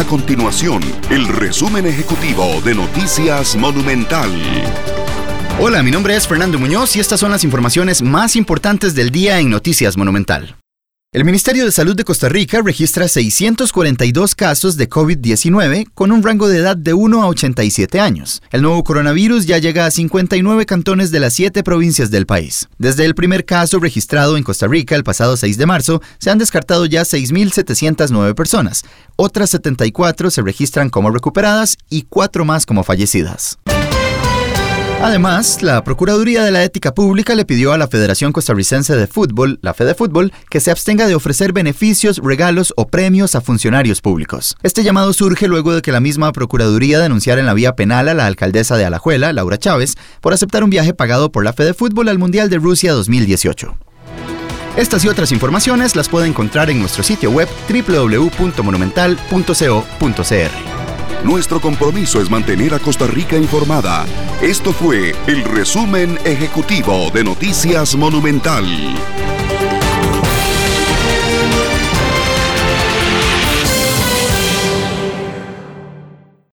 continuación el resumen ejecutivo de Noticias Monumental. Hola, mi nombre es Fernando Muñoz y estas son las informaciones más importantes del día en Noticias Monumental. El Ministerio de Salud de Costa Rica registra 642 casos de COVID-19 con un rango de edad de 1 a 87 años. El nuevo coronavirus ya llega a 59 cantones de las 7 provincias del país. Desde el primer caso registrado en Costa Rica el pasado 6 de marzo, se han descartado ya 6.709 personas. Otras 74 se registran como recuperadas y 4 más como fallecidas. Además, la Procuraduría de la Ética Pública le pidió a la Federación Costarricense de Fútbol, la FedeFútbol, que se abstenga de ofrecer beneficios, regalos o premios a funcionarios públicos. Este llamado surge luego de que la misma Procuraduría denunciara en la vía penal a la alcaldesa de Alajuela, Laura Chávez, por aceptar un viaje pagado por la FedeFútbol al Mundial de Rusia 2018. Estas y otras informaciones las puede encontrar en nuestro sitio web www.monumental.co.cr. Nuestro compromiso es mantener a Costa Rica informada. Esto fue el resumen ejecutivo de Noticias Monumental.